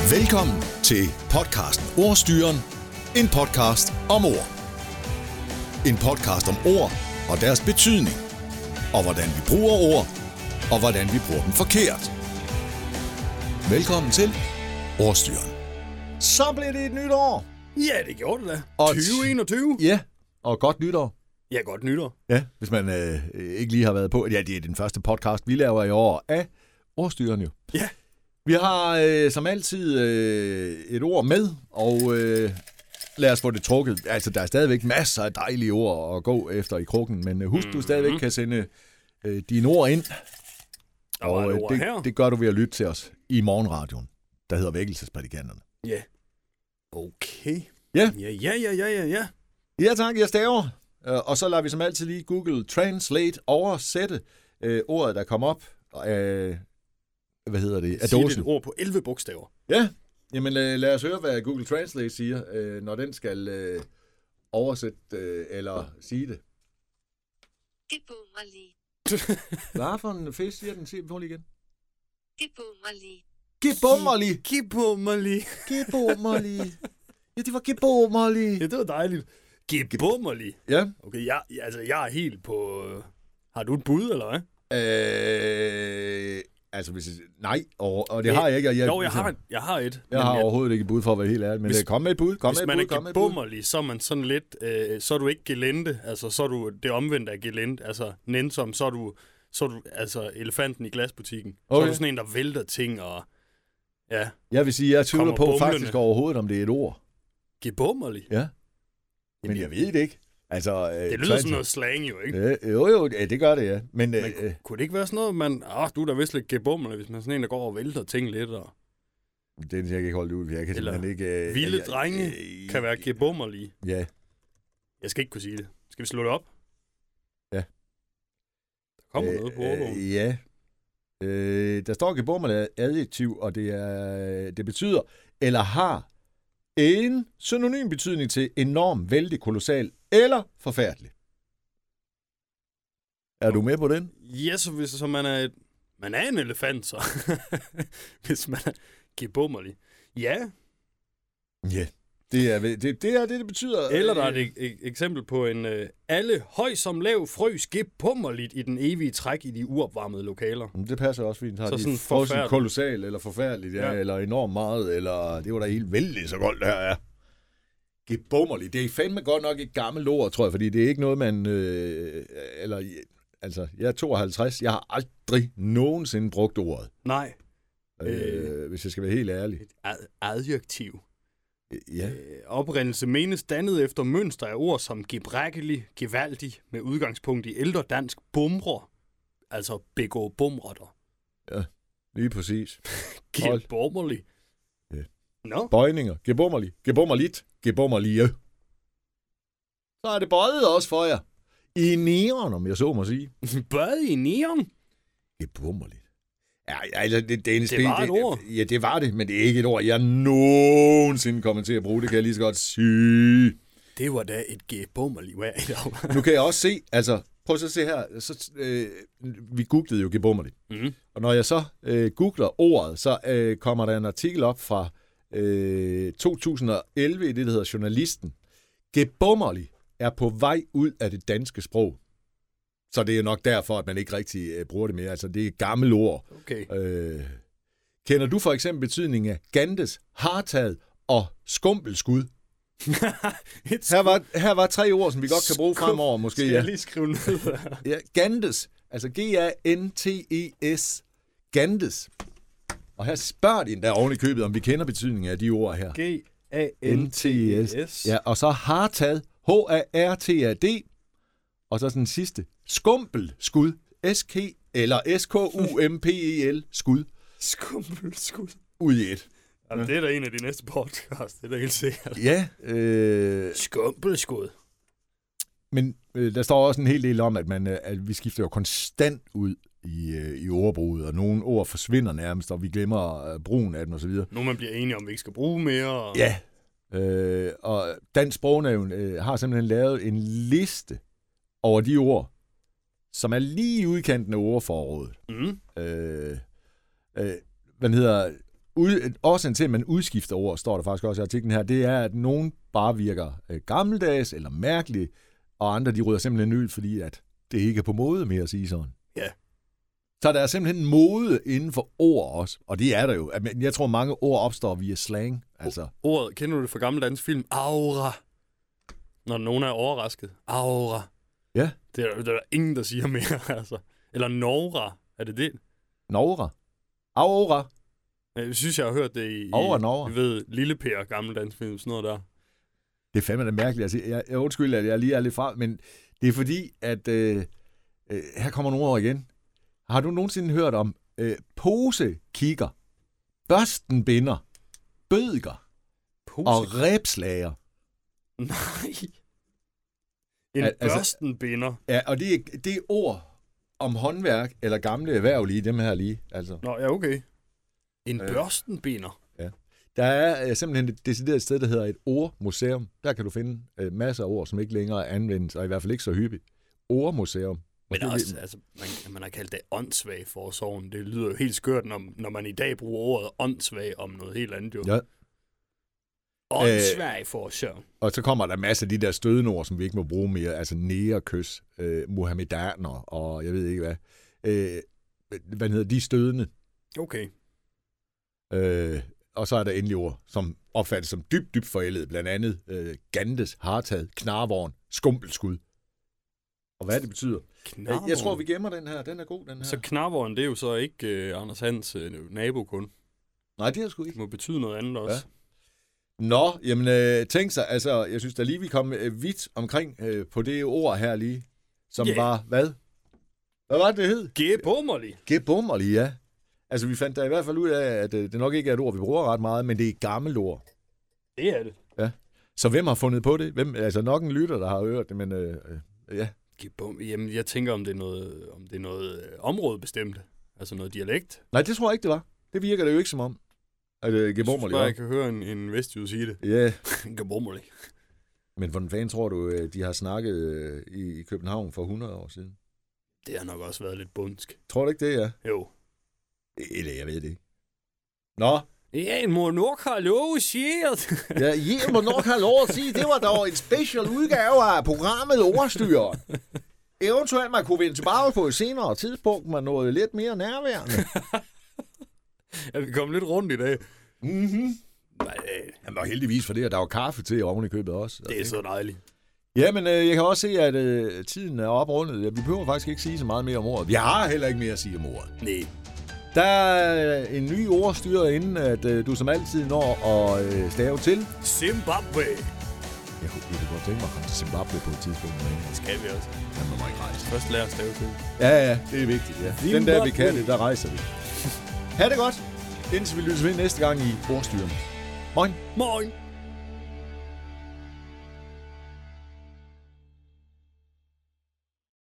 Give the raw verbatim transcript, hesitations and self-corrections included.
Velkommen til podcasten Ordstyren. En podcast om ord. En podcast om ord og deres betydning. Og hvordan vi bruger ord, og hvordan vi bruger dem forkert. Velkommen til Ordstyren. Så blev det et nyt år. Ja, det gjorde det da. Og tyve enogtyve. Ja, og godt nytår. Ja, godt nytår. Ja, hvis man øh, ikke lige har været på. Ja, det er den første podcast, vi laver i år af Ordstyren jo. Ja. Vi har øh, som altid øh, et ord med, og øh, lad os få det trukket. Altså, der er stadigvæk masser af dejlige ord at gå efter i krukken, men øh, husk, mm-hmm. du stadigvæk kan sende øh, dine ord ind. Og, og øh, det, her. det gør du ved at lytte til os i morgenradioen, der hedder Vækkelsesprædikanterne. Ja. Okay. Ja. Ja, ja, ja, ja, ja, ja. Ja tak, jeg staver. Og så lader vi som altid lige Google Translate oversætte øh, ordet, der kommer op af, hvad hedder det, af Sig dåsen. et ord på elleve bogstaver. Ja, jamen lad, lad os høre, hvad Google Translate siger, øh, når den skal øh, oversætte øh, eller sige det. Gebummerlig. Hvad for en fisk siger den? Sig på lige igen. Gebummerlig. Gebummerlig. Gebummerlig. Gebummerlig. Ja, det var gebummerlig. Ja, det var dejligt. Gebummerlig. Ja. Okay, jeg, altså, jeg er helt på... Øh... Har du et bud, eller hvad? Øh, altså, hvis jeg, nej, og, og det har jeg ikke. Og jeg, jo, jeg har, jeg har et. Jeg har jeg, overhovedet ikke et bud for at være helt ærlig, men hvis, kom med et bud. Kom hvis med et man bud, er kom med et bud. gebummerlig, så er man sådan lidt... Øh, så er du ikke gelente. Altså, så er du det omvendte af gelente. Altså, nænsom, så er du... Så er du altså elefanten i glasbutikken. Okay. Så er du sådan en, der vælter ting og... Ja. Jeg vil sige, jeg tvivler på bumlende. faktisk overhovedet, om det er et ord. Gebummerlig? Ja. Men jeg ved det ikke. Altså, øh, det lyder som noget slang jo, ikke? Øh, jo, jo, ja, det gør det, ja. Men, Men øh, kunne det ikke være sådan noget, man... Åh, du er da vist lidt gebummerlig, hvis man er sådan en, der går og vælter ting lidt, og... det er jeg kan ikke holde ud. Jeg kan Eller simpelthen ikke... Øh, vilde jeg, drenge øh, kan være gebummerlige. Ja. Jeg skal ikke kunne sige det. Skal vi slå det op? Ja. Der kommer øh, noget på ordbogen. Øh, ja. Øh, der står gebummerlig adjektiv, og det, er, det betyder, eller har en synonym betydning til enorm, vældig, kolossal eller forfærdelig. Er du med på den? Ja, så hvis så man er et, man er en elefant, så. Hvis man er gebummerlig. Ja. Ja. Det er det, det, er det, det betyder. Eller der er et ek- eksempel på en uh, alle høj som lav frøs gebummerligt i den evige træk i de uopvarmede lokaler. Det passer også fint. Har så de sådan forfærdeligt. Kolossal eller forfærdeligt, ja, ja. Eller enormt meget, eller det var da helt vældig så godt, det her er. Gebummerligt. Det er fandme godt nok et gammelt ord, tror jeg, fordi det er ikke noget, man... Øh, eller, altså, jeg er tooghalvtreds. Jeg har aldrig nogensinde brugt ordet. Nej. Øh, øh, hvis jeg skal være helt ærlig. Et ad- adjektiv. Ja. Øh, oprindelse menes dannet efter mønster af ord som gebrækkelig, gevaldig, med udgangspunkt i ældre dansk bumrer, altså begå bumretter. Ja, lige præcis. Gebummerlig. Ja. Nå. Bøjninger. Gebummerlig. Gebummerligt. Gebummerlige. Så er det bøjet også for jer. I neon, om jeg så må sige. Bøjet i neon? Gebummerligt. Ja, altså, det, det, det, det var et ord. Ja, det var det, men det er ikke et ord, jeg nogensinde kommer til at bruge. Det kan jeg lige så godt sige. Det var da et gebummerligt. Nu kan jeg også se, altså, prøv så at se her. Så, øh, vi googlede jo gebummerligt. Mm. Og når jeg så øh, googler ordet, så øh, kommer der en artikel op fra øh, to tusind og elleve i det, der hedder Journalisten. Gebummerlig er på vej ud af det danske sprog. Så det er nok derfor, at man ikke rigtig øh, bruger det mere. Altså, det er et gammelt ord. Okay. Øh, kender du for eksempel betydningen af gandes, hartad og skumpelskud? her, var, her var tre ord, som vi godt kan bruge Skum- fremover, måske. Skal Ja. jeg lige skrive ned? Ja, gandes. Altså G A N T E S. Gandes. Og her spørger de endda oven i købet, om vi kender betydningen af de ord her. G A N T E S. Ja, og så hartad. H A R T A D. Og så den sidste. Skumpelskud. S K eller S K U M P E L. Skud. Skumpelskud. Ud i et. Jamen, det er da en af de næste podcast, det er da helt sikkert. Ja. Øh... Skumpelskud. Men øh, der står også en hel del om, at, man, øh, at vi skifter jo konstant ud i, øh, i ordbruget, og nogle ord forsvinder nærmest, og vi glemmer øh, brugen af dem osv. Nu man bliver enige om, vi ikke skal bruge mere. Og... Ja. Øh, og Dansk Sprognævn øh, har simpelthen lavet en liste over de ord, som er lige i udkanten af ordforrådet. Mm. Øh, øh, hvad hedder ud, årsagen til, at man udskifter ord, står der faktisk også i artiklen her, det er, at nogen bare virker øh, gammeldags eller mærkelige, og andre de rydder simpelthen ud, fordi at det ikke er på mode mere at sige sådan. Ja. Så der er simpelthen mode inden for ord også, og det er der jo. Jeg tror, mange ord opstår via slang. Altså. Ordet, kender du det fra gammel dansk film? Aura. Når nogen er overrasket. Aura. Ja. Det er, det er der ingen, der siger mere, altså. Eller Nora. Er det det? Nora. Aura. Jeg synes, jeg har hørt det i, Over Nora. I ved, Lille Per, gammel dansk film, sådan noget der. Det er fandme da mærkeligt. Altså, jeg, jeg undskyld, at jeg lige er lidt fra, men det er fordi, at øh, øh, her kommer nogle ord igen. Har du nogensinde hørt om øh, posekigger, børstenbinder, bødker Pose. og rebslager? Nej. En Al- altså- børstenbinder. Ja, og det er, det er ord om håndværk eller gamle erhverv lige, dem her lige. Altså. Nå, ja, okay. En Øh. børstenbinder. Der er øh, simpelthen et decideret sted, der hedder et ordmuseum. Der kan du finde øh, masser af ord, som ikke længere anvendes, og i hvert fald ikke så hyppigt. Ordmuseum. Men det, også, altså, man, man har kaldt det åndssvag for sorgen. Det lyder jo helt skørt, når, når man i dag bruger ordet åndssvag om noget helt andet, jo. Ja. Åndssvag for sorgen. Og så kommer der masser af de der stødende ord, som vi ikke må bruge mere. Altså nærekys, øh, muhammedaner og jeg ved ikke hvad. Øh, hvad hedder de stødende? Okay. Øh, og så er der endelig ord, som opfattes som dybt, dybt forældet. Blandt andet øh, gandes, hartad, knarvogn, skumpelskud. Og hvad det betyder? Knarvogn. Jeg tror, vi gemmer den her. Den er god, den her. Så knarvogn, det er jo så ikke uh, Anders Hans uh, nabo kun. Nej, det er sgu Det ikke. må betyde noget andet også. Ja. Nå, jamen øh, tænk sig, altså, jeg synes da lige, vi kom øh, vidt omkring øh, på det ord her lige, som Yeah. var, hvad? Hvad var det, det hed? Gebummerlig. Gebummerlig, ja. Altså, vi fandt da i hvert fald ud af, at øh, det nok ikke er et ord, vi bruger ret meget, men det er et gammelt ord. Det er det. Ja. Så hvem har fundet på det? Hvem, altså, nok en lytter, der har hørt det, men øh, øh, ja. Gebum. Jamen, jeg tænker, om det er noget, om det er noget øh, områdebestemt. Altså noget dialekt. Nej, det tror jeg ikke, det var. Det virker det jo ikke som om, at øh, Jeg synes gebummerlig bare, var. jeg kan høre en, en vestjyd sige det. Ja, Gebummerlig. men hvordan fanden tror du, øh, de har snakket øh, i, i København for hundrede år siden? Det har nok også været lidt bundsk. Tror du ikke det, ja? Jo. Eller jeg ved det ikke. Nå, Ja, en mor nok har lov shit. ja, jeg må nok have lov at sige, det var dog en special udgave af programmet Ordstyr. Eventuelt man kunne vende tilbage på et senere tidspunkt, man nåede lidt mere nærværende. Ja, vi kom lidt rundt i dag. Mhm. Nej, Han var heldigvis for det, og der var kaffe til oven i købet også. det er så dejligt. Ja, men øh, jeg kan også se, at øh, tiden er oprundet. Vi behøver faktisk ikke sige så meget mere om ordet. Vi har heller ikke mere at sige om ordet. Nej. Der er en ny ordstyr, inden at øh, du som altid når at øh, stave til. Zimbabwe. Jeg kunne, jeg kunne godt tænke mig at komme til Zimbabwe på et tidspunkt. Men Det skal vi også. han må ikke rejse. Først lære at stave til. Ja, ja, det er vigtigt. Ja. Den der, vi kan det, der rejser vi. Ha' det godt, indtil vi lyttes ved næste gang i Ordstyren. Moin. Moin.